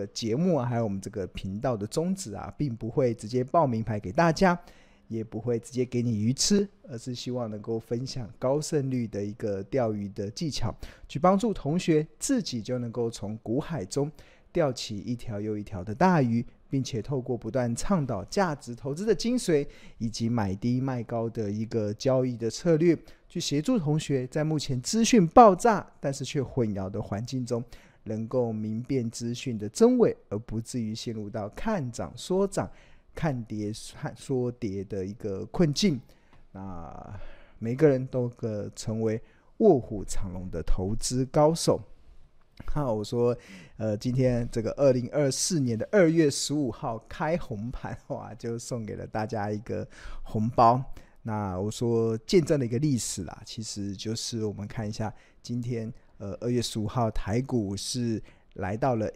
个节目还有我们这个频道的宗旨并不会直接报名牌给大家，也不会直接给你鱼吃，而是希望能够分享高胜率的一个钓鱼的技巧，去帮助同学自己就能够从股海中钓起一条又一条的大鱼，并且透过不断倡导价值投资的精髓，以及买低卖高的一个交易的策略，去协助同学在目前资讯爆炸但是却混淆的环境中，能够明辨资讯的真伪，而不至于陷入到看涨说涨看跌说跌的一个困境。那每个人都可成为卧虎藏龙的投资高手。好，我说今天这个2024年的2月15号开红盘，哇，就送给了大家一个红包。那我说见证了一个历史啦，其实就是我们看一下今天2月15号台股是来到了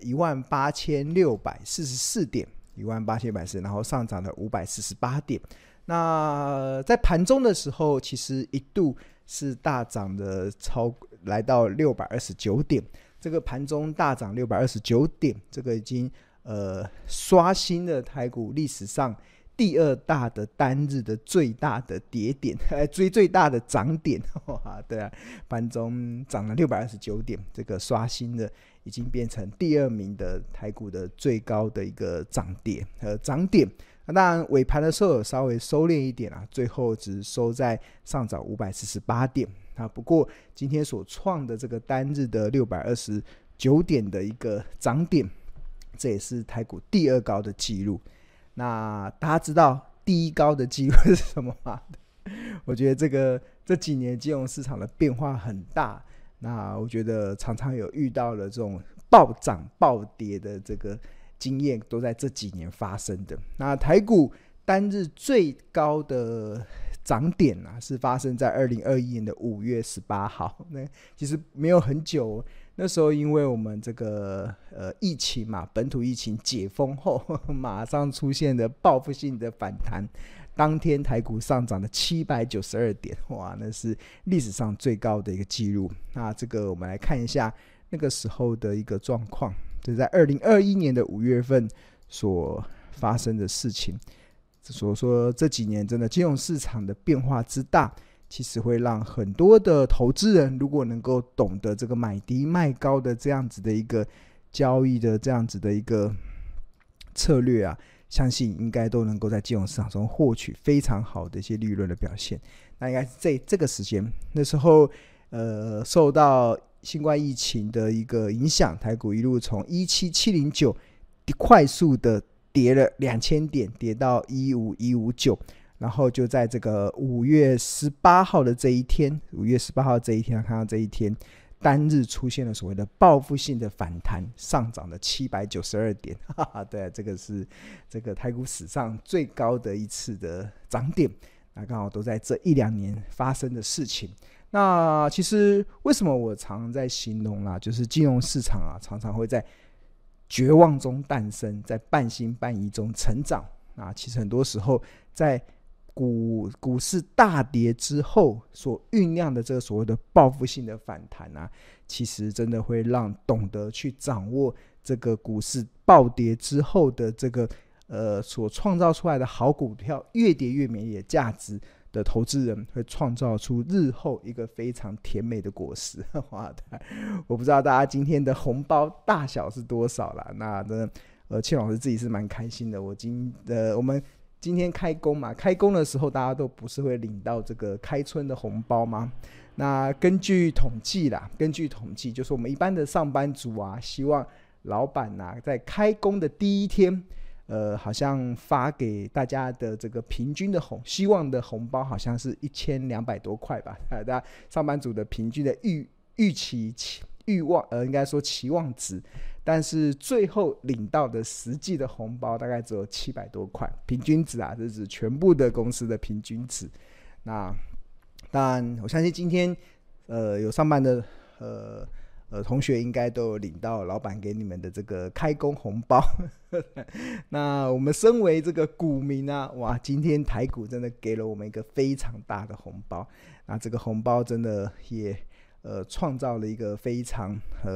18644点，18644，然后上涨了548点。那在盘中的时候，其实一度是大涨的来到629点。这个盘中大涨629点，这个已经刷新了台股历史上第2大的单日的最大的跌点，最大的涨点。对啊，盘中涨了629点，这个刷新了，已经变成第2名的台股的最高的一个涨点。那当然尾盘的时候有稍微收敛一点最后只收在上涨548点。不过今天所创的这个单日的629点的一个涨点，这也是台股第2高的记录。那大家知道第1高的记录是什么吗？我觉得这几年金融市场的变化很大，那我觉得常常有遇到了这种暴涨暴跌的这个经验，都在这几年发生的。那台股单日最高的涨点是发生在2021年的5月18号，那其实没有很久。那时候因为我们这个疫情嘛，本土疫情解封后，马上出现了报复性的反弹，当天台股上涨了792点，哇，那是历史上最高的一个记录。那这个我们来看一下那个时候的一个状况，这是在2021年的5月份所发生的事情。所以说这几年真的金融市场的变化之大，其实会让很多的投资人如果能够懂得这个买低卖高的这样子的一个交易的这样子的一个策略相信应该都能够在金融市场中获取非常好的一些利润的表现。那应该是在这个时间，那时候受到新冠疫情的一个影响，台股一路从17709快速的跌了2000点，跌到15159，然后就在这个5月18号的这一天，看到这一天单日出现了所谓的报复性的反弹，上涨了792点。对，这个是这个台股史上最高的一次的涨点，那刚好都在这1-2年发生的事情。那其实为什么我常常在形容就是金融市场常常会在绝望中诞生，在半信半疑中成长。其实很多时候在股市大跌之后所酝酿的这个所谓的报复性的反弹其实真的会让懂得去掌握这个股市暴跌之后的这个所创造出来的好股票越跌越美丽的价值的投资人，会创造出日后一个非常甜美的果实。我不知道大家今天的红包大小是多少啦，那庆老师自己是蛮开心的。我们今天开工嘛，开工的时候大家都不是会领到这个开春的红包吗？那根据统计就是我们一般的上班族希望老板在开工的第一天好像发给大家的这个平均的希望的红包好像是1200多块吧，大家上班族的平均的欲望应该说期望值，但是最后领到的实际的红包大概只有700多块，平均值这是指全部的公司的平均值。那当然我相信今天有上班的同学应该都有领到老板给你们的这个开工红包。那我们身为这个股民哇，今天台股真的给了我们一个非常大的红包，那这个红包真的也创造了一个非常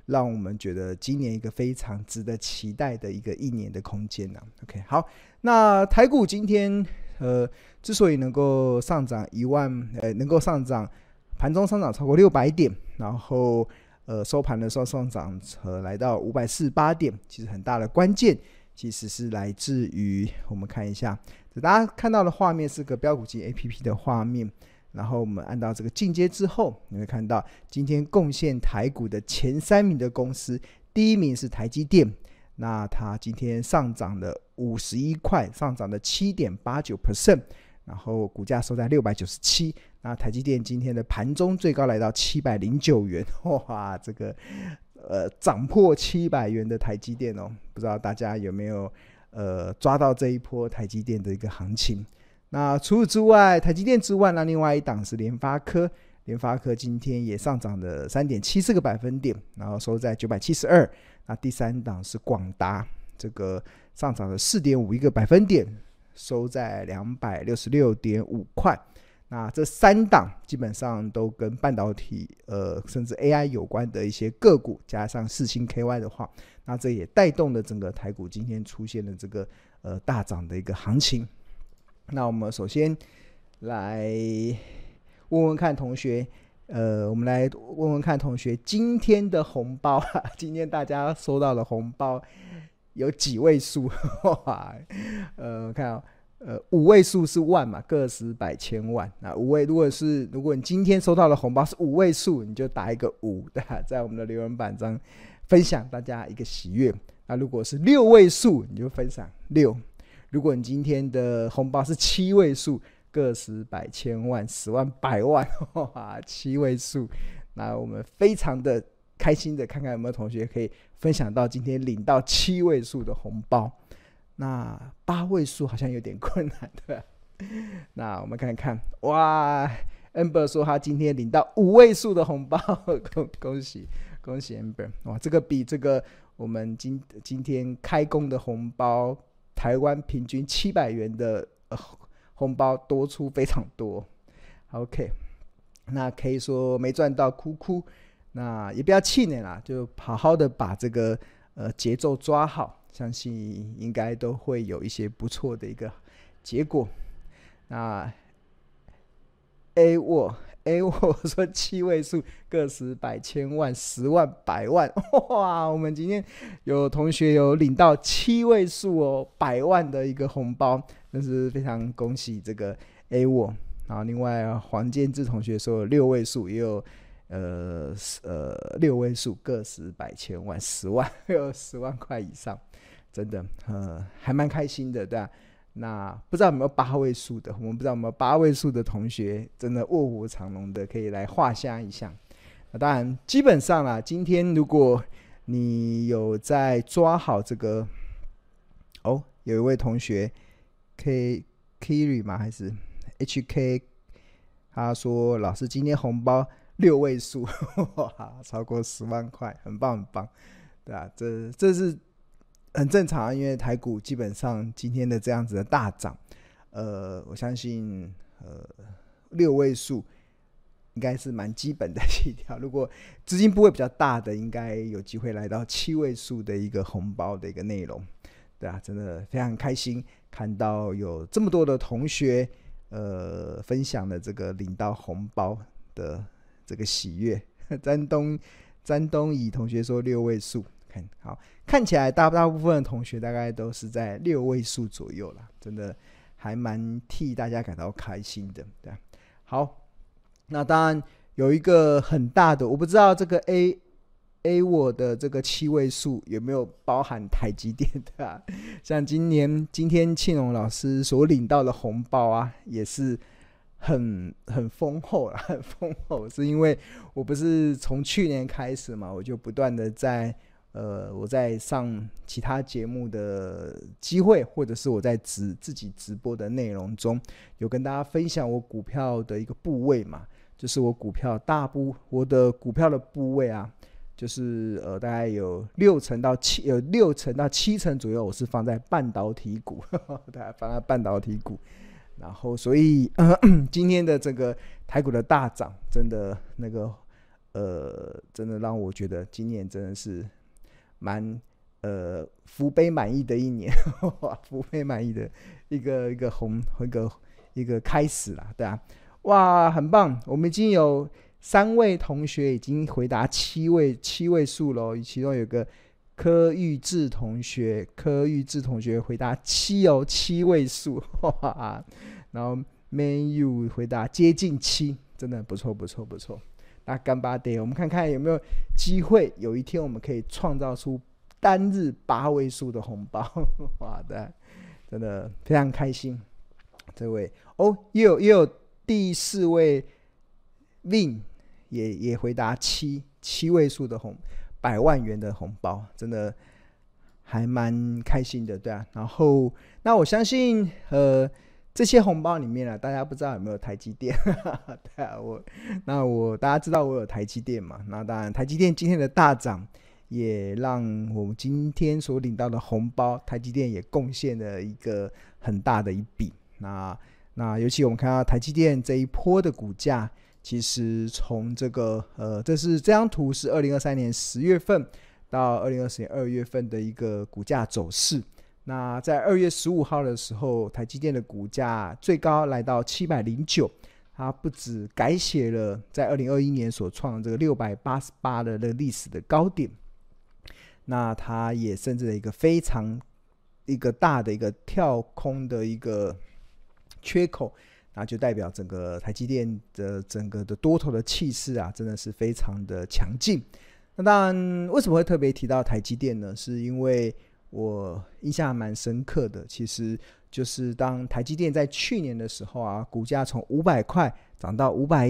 让我们觉得今年一个非常值得期待的一年的空间啊。OK， 好，那台股今天之所以能够上涨能够上涨，盘中上涨超过600点，然后收盘的时候上涨来到548点，其实很大的关键其实是来自于我们看一下，大家看到的画面是个标股金 APP 的画面，然后我们按到这个进阶之后，你会看到今天贡献台股的前3名的公司，第1名是台积电，那它今天上涨了51块，上涨了 7.89%， 然后股价收在697，那台积电今天的盘中最高来到709元，哇，这个涨破700元的台积电哦，不知道大家有没有抓到这一波台积电的一个行情。那除此之外，台积电之外，那另外一档是联发科，联发科今天也上涨了 3.74 个百分点，然后收在972。那第3档是广达，这个上涨了 4.51 个百分点，收在266.5块。那这3档基本上都跟半导体甚至 AI 有关的一些个股，加上世芯 KY 的话，那这也带动了整个台股今天出现了这个大涨的一个行情。那我们首先来问问看同学，我们来问问看同学今天的红包，今天大家收到的红包有几位数？哇，看5位数是万嘛，个十百千万。那5位，如果你今天收到的红包是5位数，你就打一个5，对吧？在我们的留言板上分享大家一个喜悦。那如果是6位数，你就分享6。如果你今天的红包是7位数，个十百千万10万百万，哇，7位数，那我们非常的开心的看看有没有同学可以分享到今天领到7位数的红包。那8位数好像有点困难，对吧？那我们看看，哇 Amber 说他今天领到5位数的红包，恭喜 Amber， 哇，这个比这个我们今天开工的红包台湾平均700元的红包多出非常多。 OK， 那可以说没赚到哭哭，那也不要气馁啦，就好好的把这个节奏抓好，相信应该都会有一些不错的一个结果。那 A 沃说7位数，个十百千万10万百万，哇，我们今天有同学有领到7位数哦，100万的一个红包，真是非常恭喜这个 A 沃。然后另外黄建志同学说有6位数，也有6位数，个十百千万10万，有10万块以上，真的还蛮开心的，对吧？那不知道有没有8位数的，我们不知道有没有8位数的同学真的卧虎藏龙的，可以来画下一项。那当然基本上啦，今天如果你有在抓好这个有一位同学 Kiri 吗还是 HK， 他说老师今天红包6位数，超过10万块，很棒很棒，对啊，这是很正常，因为台股基本上今天的这样子的大涨，我相信6位数应该是蛮基本的起跳，如果资金部位比较大的，应该有机会来到7位数的一个红包的一个内容，对啊，真的非常开心看到有这么多的同学分享了这个领到红包的这个喜悦。詹东乙同学说6位数，好，看起来大部分的同学大概都是在6位数左右啦，真的还蛮替大家感到开心的，对啊。好，那当然有一个很大的，我不知道这个 A 我的这个7位数有没有包含台积电的啊？像今天庆荣老师所领到的红包啊，也是很丰厚啦，很丰厚，是因为我不是从去年开始嘛，我就不断的我在上其他节目的机会，或者是我在自己直播的内容中，有跟大家分享我股票的一个部位嘛，就是我的股票的部位啊，就是大概有6成到7成左右，我是放在半导体股，大家放在半导体股。然后所以今天的这个台股的大涨，真的那个真的让我觉得今年真的是蛮福杯满溢的一年福杯满溢的一个开始啦，对啊，哇，很棒！我们已经有3位同学已经回答七位数了，其中有个柯玉志同学回答7位数，哇！然后 Manu 回答接近7，真的不错。那干巴爹，我们看看有没有机会，有一天我们可以创造出单日8位数的红包，哇的，真的非常开心。这位也有第4位 Vin 也回答7位数的100万元的红包，真的还蛮开心的，对啊。然后那我相信这些红包里面大家不知道有没有台积电对啊，大家知道我有台积电嘛，那当然台积电今天的大涨也让我们今天所领到的红包，台积电也贡献了一个很大的一笔。那尤其我们看到台积电这一波的股价，其实从这张图是2023年10月份到2020年2月份的一个股价走势。那在2月15号的时候，台积电的股价最高来到709，它不止改写了在2021年所创的这个688的历史的高点，那它也甚至一个非常一个大的一个跳空的一个缺口，那就代表整个台积电的整个的多头的气势真的是非常的强劲。那当然为什么会特别提到台积电呢？是因为我印象还蛮深刻的，其实就是当台积电在去年的时候股价从500块涨到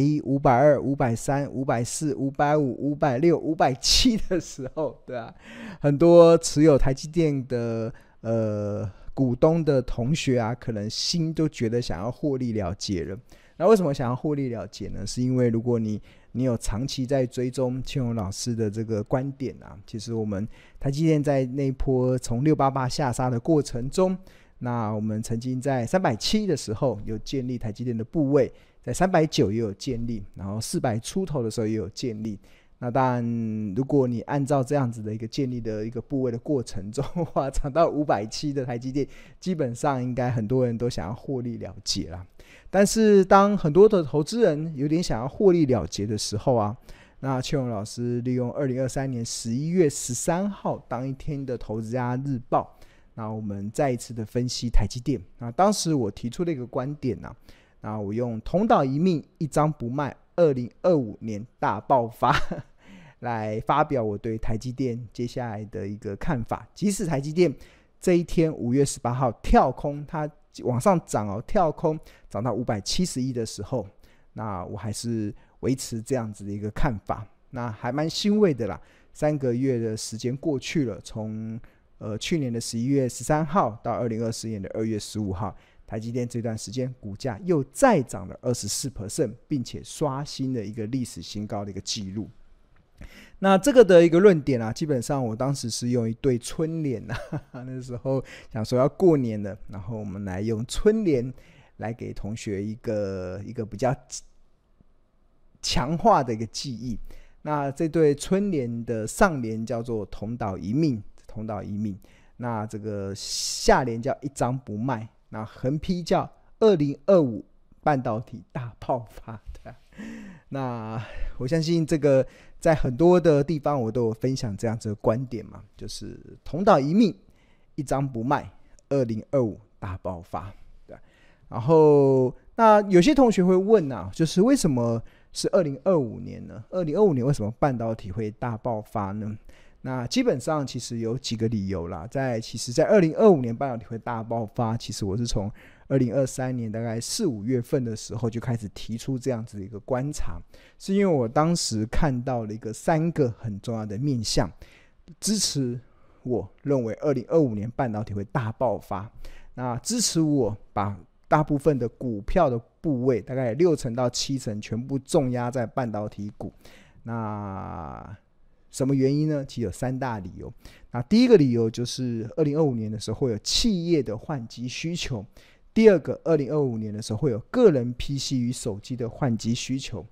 510、520、530、540、550、560、570的时候，对啊，很多持有台积电的股东的同学可能心都觉得想要获利了结了。那为什么想要获利了结呢？是因为如果你有长期在追踪庆荣老师的这个观点其实我们台积电在那一波从688下杀的过程中，那我们曾经在370的时候有建立台积电的部位，在390也有建立，然后400出头的时候也有建立。那当然如果你按照这样子的一个建立的一个部位的过程中涨到570的台积电，基本上应该很多人都想要获利了结啦。但是当很多的投资人有点想要获利了结的时候那庆荣老师利用2023年11月13号当一天的投资家日报，那我们再一次的分析台积电。那当时我提出了一个观点那我用同岛一命一张不卖2025年大爆发来发表我对台积电接下来的一个看法。即使台积电这一天5月18号跳空，它往上涨跳空涨到571的时候，那我还是维持这样子的一个看法。那还蛮欣慰的啦，3个月的时间过去了，从去年的11月13号到2020年的2月15号，台积电这段时间股价又再涨了 24%， 并且刷新了一个历史新高的一个记录。那这个的一个论点基本上我当时是用一对春联那时候想说要过年了，然后我们来用春联来给同学一个比较强化的一个记忆。那这对春联的上联叫做同岛一命，那这个下联叫一张不卖，那横批叫2025半导体大爆发。那我相信这个在很多的地方我都有分享这样子的观点嘛，就是同岛一命一张不卖，2025大爆发。对，然后那有些同学会问就是为什么是2025年呢？2025年为什么半导体会大爆发呢？那基本上其实有几个理由啦。其实在2025年半导体会大爆发，其实我是从2023年大概4、5月份的时候就开始提出这样子的一个观察，是因为我当时看到了3个很重要的面向，支持我认为2025年半导体会大爆发，那支持我把大部分的股票的部位大概60%到70%全部重压在半导体股。那什么原因呢？其实有3大理由。那第一个理由就是2025年的时候会有企业的换机需求，第二个2025年的时候会有个人 PC 与手机的换机需求，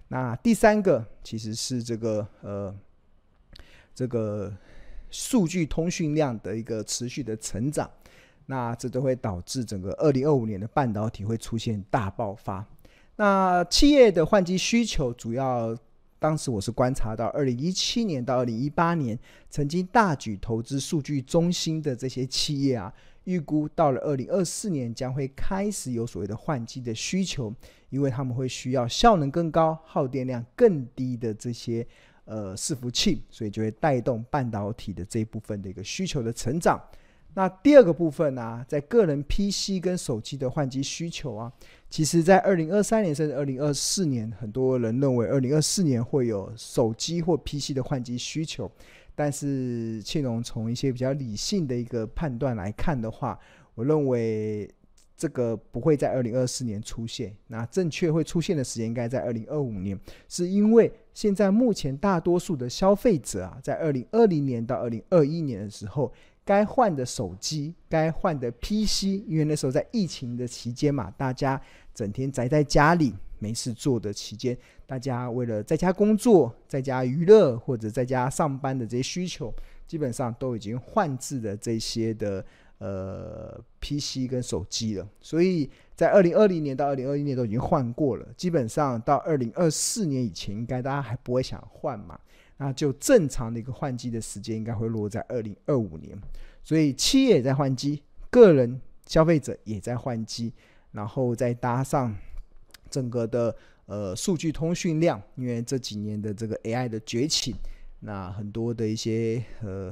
那第三个其实是这个数据通讯量的一个持续的成长，那这都会导致整个2025年的半导体会出现大爆发。那企业的换机需求主要，当时我是观察到2017年到2018年曾经大举投资数据中心的这些企业啊，预估到了2024年将会开始有所谓的换机的需求，因为他们会需要效能更高、耗电量更低的这些伺服器，所以就会带动半导体的这一部分的一个需求的成长。那第二个部分啊，在个人 PC 跟手机的换机需求啊，其实在2023年甚至2024年，很多人认为2024年会有手机或 PC 的换机需求，但是庆隆从一些比较理性的一个判断来看的话，我认为这个不会在2024年出现，那正确会出现的时间应该在2025年，是因为现在目前大多数的消费者啊，在2020年到2021年的时候，该换的手机、该换的 PC， 因为那时候在疫情的期间嘛，大家整天宅在家里没事做的期间，大家为了在家工作、在家娱乐或者在家上班的这些需求，基本上都已经换至了这些的PC 跟手机了，所以在2020年到2021年都已经换过了，基本上到2024年以前应该大家还不会想换嘛，那就正常的一个换机的时间应该会落在2025年，所以企业也在换机，个人消费者也在换机，然后再搭上整个的数据通讯量，因为这几年的这个 AI 的崛起，那很多的一些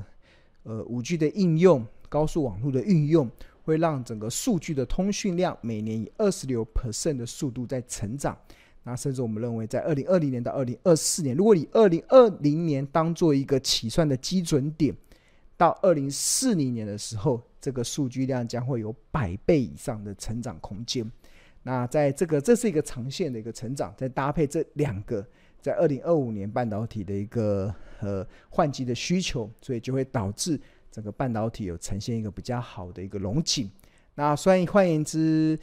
5G 的应用、高速网络的运用，会让整个数据的通讯量每年以26% 的速度在成长。那甚至我们认为在2020年到2024年，如果以2020年当做一个起算的基准点，到2040年的时候，这个数据量将会有100倍以上的成长空间。那在这是一个长线的一个成长，再搭配这两个在2025年半导体的一个换机的需求，所以就会导致整个半导体有呈现一个比较好的一个龙井。那换言之，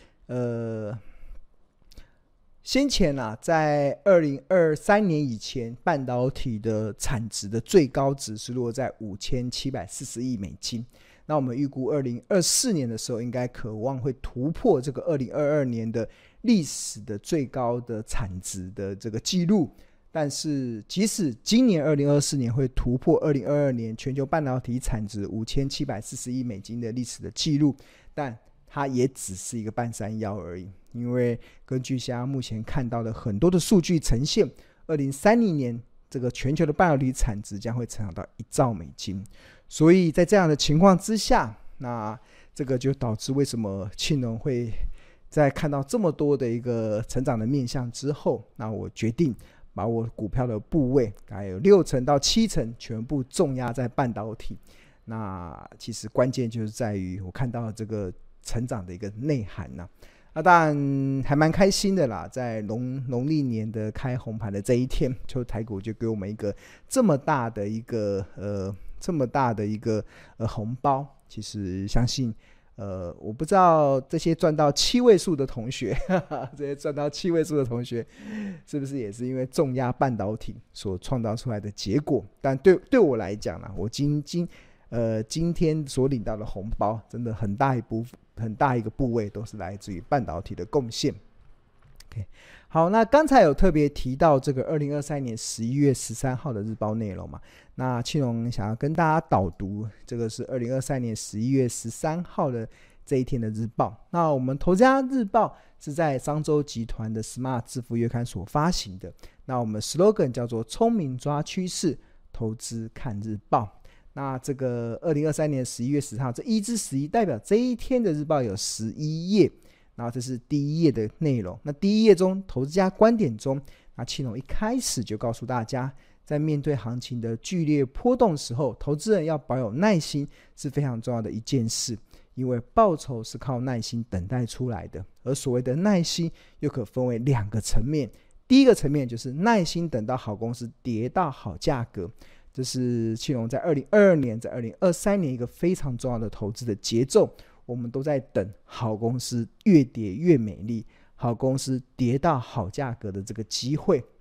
先前啊，在2023年以前，半导体的产值的最高值是落在5740亿美金。那我们预估2024年的时候，应该渴望会突破这个2022年的历史的最高的产值的这个记录。但是，即使今年2024年会突破2022年全球半导体产值5740亿美金的历史的记录，但它也只是一个半山腰而已。因为根据现在目前看到的很多的数据呈现，2030年这个全球的半导体产值将会成长到1兆美金。所以在这样的情况之下，那这个就导致为什么庆隆会在看到这么多的一个成长的面向之后，那我决定把我股票的部位大概有60%到70%全部重压在半导体。那其实关键就是在于我看到这个成长的一个内涵啊。那当然还蛮开心的啦，在农历年的开红盘的这一天，就台股就给我们一个这么大的一个红包。其实相信我不知道这些赚到7位数的同学这些赚到7位数的同学是不是也是因为重压半导体所创造出来的结果。但对我来讲啦，我今天所领到的红包真的很大一个部位都是来自于半导体的贡献。Okay. 好，那刚才有特别提到这个2023年11月13号的日报内容嘛，那庆隆想要跟大家导读，这个是2023年11月13号的这一天的日报。那我们投资家日报是在商周集团的 Smart 致富月刊所发行的，那我们 slogan 叫做聪明抓趋势，投资看日报。那这个2023年11月10号，这1至11代表这一天的日报有11页，然后这是第一页的内容。那第一页中，投资家观点中，那庆隆一开始就告诉大家，在面对行情的剧烈波动时候，投资人要保有耐心是非常重要的一件事，因为报酬是靠耐心等待出来的。而所谓的耐心又可分为2个层面，第一个层面就是耐心等到好公司跌到好价格，这是庆隆在2022年在2023年一个非常重要的投资的节奏，我们都在等好公司越跌越美丽，好公司跌到好价格的这个机会。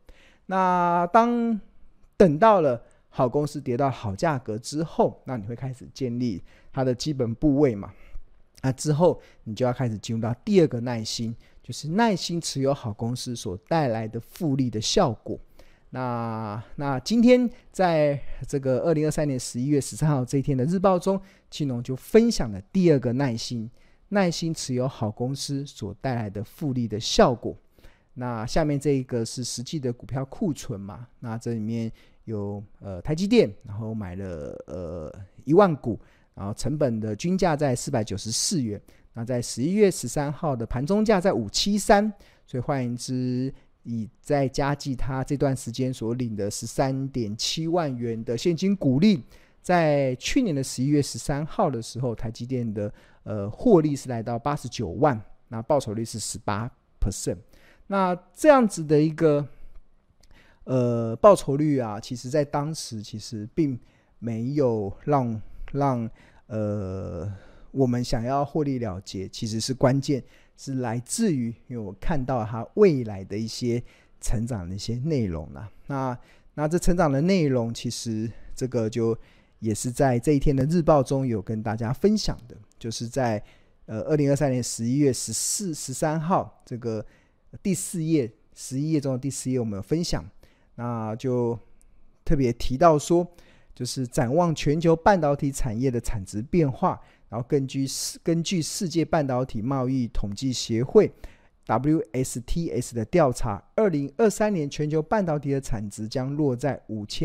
那等到了好公司跌到好价格之后，那你会开始建立它的基本部位嘛？那之后你就要开始进入到第二个耐心，就是耐心持有好公司所带来的复利的效果。那今天在这个2023年11月13号这一天的日报中，庆农就分享了第二个耐心持有好公司所带来的复利的效果。那下面这一个是实际的股票库存嘛，那这里面有台积电，然后买了1万股，然后成本的均价在494元，那在11月13号的盘中价在573，所以换言之，以再加计他这段时间所领的 13.7 万元的现金股利，在去年的11月13号的时候，台积电的获利是来到89万，那报酬率是 18%。那这样子的一个报酬率啊，其实在当时其实并没有让我们想要获利了结，其实是关键是来自于因为我看到它未来的一些成长的一些内容啦。那这成长的内容其实这个就也是在这一天的日报中有跟大家分享的，就是在2023年11月13号这个第4页11页中的第4页我们有分享，那就特别提到说，就是展望全球半导体产业的产值变化，然后根据世界半导体贸易统计协会 WSTS 的调查，2023年全球半导体的产值将落在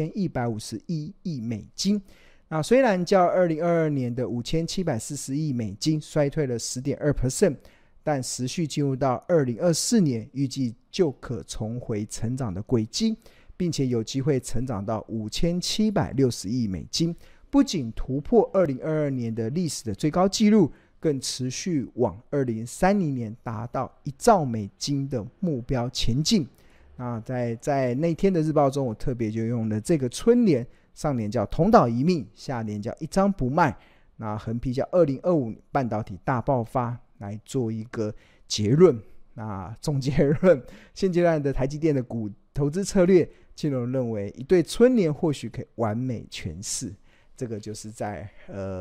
5151亿美金。那虽然较2022年的5740亿美金衰退了 10.2%， 但持续进入到2024年，预计就可重回成长的轨迹，并且有机会成长到5760亿美金，不仅突破2022年的历史的最高纪录，更持续往2030年达到1兆美金的目标前进。那在那天的日报中，我特别就用了这个春联，上联叫同岛一命，下联叫一张不卖，那横批叫2025半导体大爆发，来做一个结论。那总结论，现阶段的台积电的股投资策略，庆荣认为一对春联或许可以完美诠释。这个就是在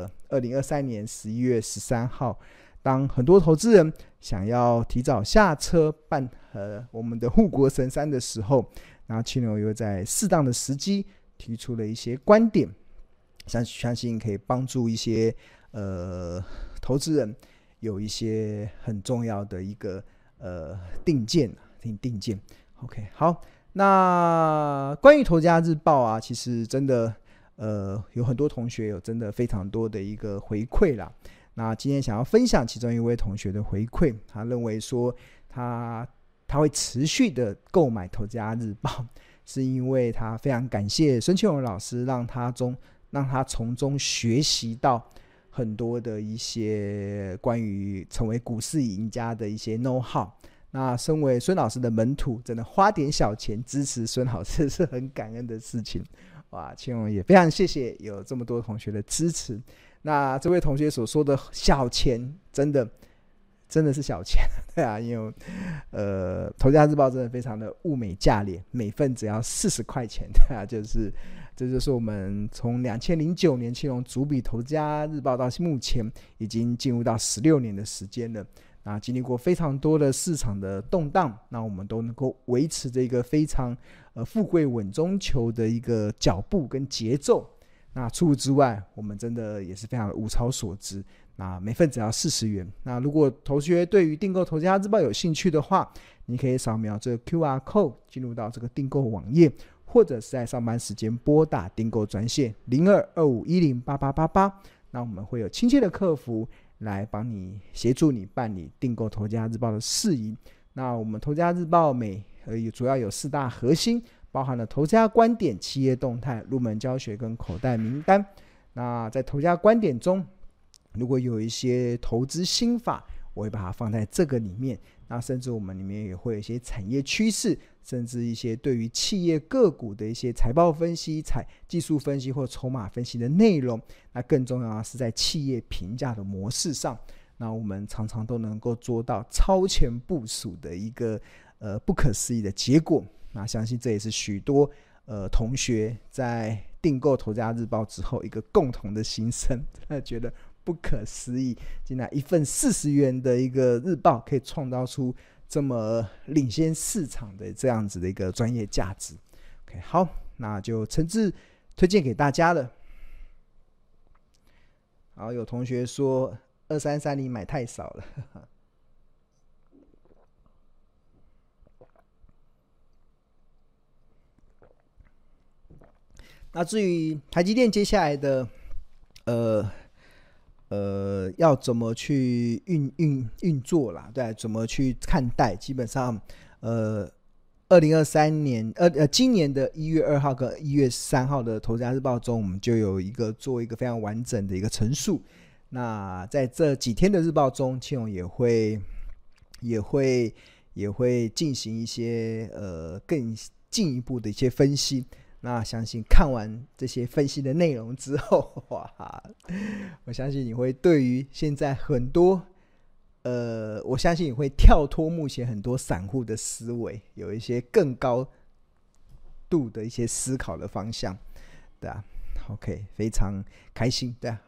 2023年11月13号，当很多投资人想要提早下车办我们的护国神山的时候，然后庆荣又在适当的时机提出了一些观点，相信可以帮助一些投资人有一些很重要的一个定见。OK， 好，那关于投家日报啊，其实真的有很多同学有真的非常多的一个回馈啦。那今天想要分享其中一位同学的回馈，他认为说他会持续的购买投家日报，是因为他非常感谢孙庆荣老师，让他从中学习到很多的一些关于成为股市赢家的一些 know how。那身为孙老师的门徒，真的花点小钱支持孙老师是很感恩的事情。哇，庆荣也非常谢谢有这么多同学的支持。那这位同学所说的小钱，真的是小钱，对啊，因为投家日报真的非常的物美价廉，每份只要40块钱，对啊，这就是我们从2009年庆荣主笔投家日报到目前已经进入到16年的时间了。那经历过非常多的市场的动荡，那我们都能够维持着一个非常富贵稳中求的一个脚步跟节奏。那除此之外，我们真的也是非常的物超所值。那每份只要40元。那如果同学对于订购投家日报有兴趣的话，你可以扫描这个 QR code 进入到这个订购网页，或者是在上班时间拨打订购专线0225108888，那我们会有亲切的客服来帮你协助你办理订购投家日报的事宜。那我们投家日报主要有4大核心，包含了投家观点、企业动态、入门教学跟口袋名单。那在投家观点中，如果有一些投资心法，我会把它放在这个里面。那甚至我们里面也会有一些产业趋势，甚至一些对于企业个股的一些财报分析、技术分析或筹码分析的内容。那更重要的是在企业评价的模式上，那我们常常都能够做到超前部署的一个不可思议的结果。 那相信这也是许多同学在订购《头家日报》之后一个共同的心声，真的觉得不可思议，竟然一份40元的一个日报可以创造出这么领先市场的这样子的一个专业价值。OK， 好，那就诚挚推荐给大家了。好，有同学说2330买太少了。那至于台积电接下来的要怎么去运作啦，对，怎么去看待，基本上2023年今年的1月2号跟1月3号的头家日报中，我们就有做一个非常完整的一个陈述。那在这几天的日报中，庆荣也会进行一些更进一步的一些分析。那相信看完这些分析的内容之后，哇，我相信你会对于现在很多我相信你会跳脱目前很多散户的思维，有一些更高度的一些思考的方向，对啊 ，OK， 非常开心，对啊，